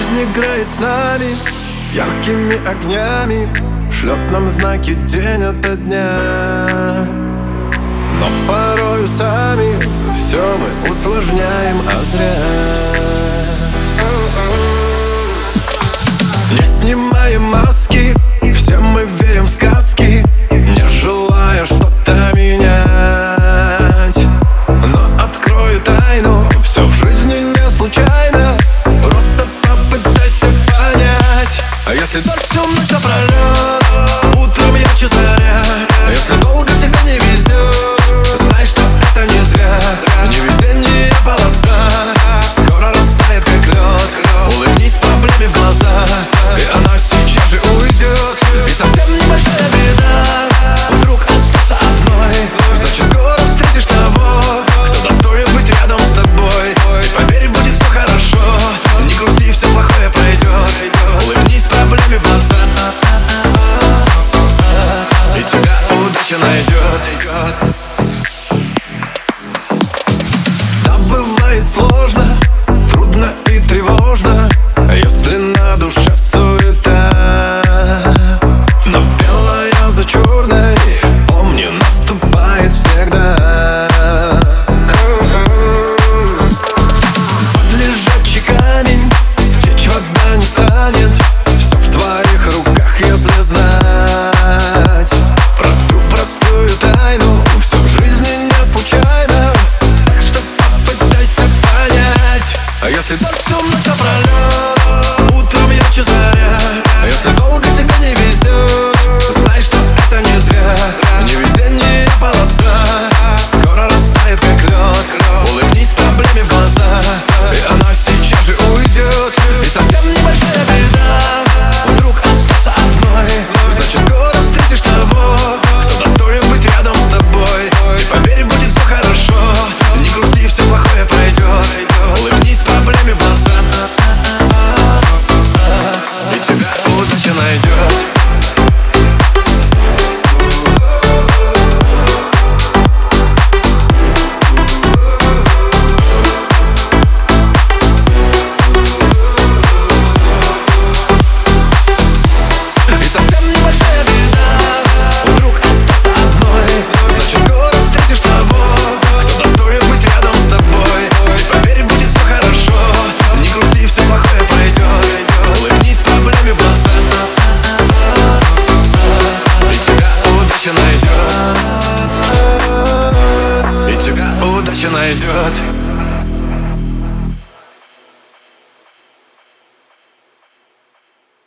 Жизнь играет с нами яркими огнями, шлет нам знаки день ото дня. Но порою сами все мы усложняем, а зря. Не снимаем маски, все мы верим в сказки, не желая что-то менять. Но открою тайну, все в жизни не случайно, просто попытайся понять. А если дождь всю ночь напролет, утром ярче заря. А если долго тебе не везет, знай, что это не зря. Невезение полоса скоро растает, как лед. Улыбнись проблеме в глаза, и она сейчас же уйдет. И совсем небольшая беда вдруг остаться одной, значит скоро встретишь того, кто достоин быть рядом с тобой. И поверь, будет все хорошо, не грусти, все плохое пройдет. Улыбнись проблеме в глаза, и тебя удача найдет. Да, бывает сложно, трудно и тревожно, если на душе суета. Но белое за черной, помни, наступает всегда. Под лежачий камень течь вода не станет, все в твоих руках, если знать про ту простую тайну. Все в жизни не случайно, так что попытайся понять. А если дождь всю ночь напролет,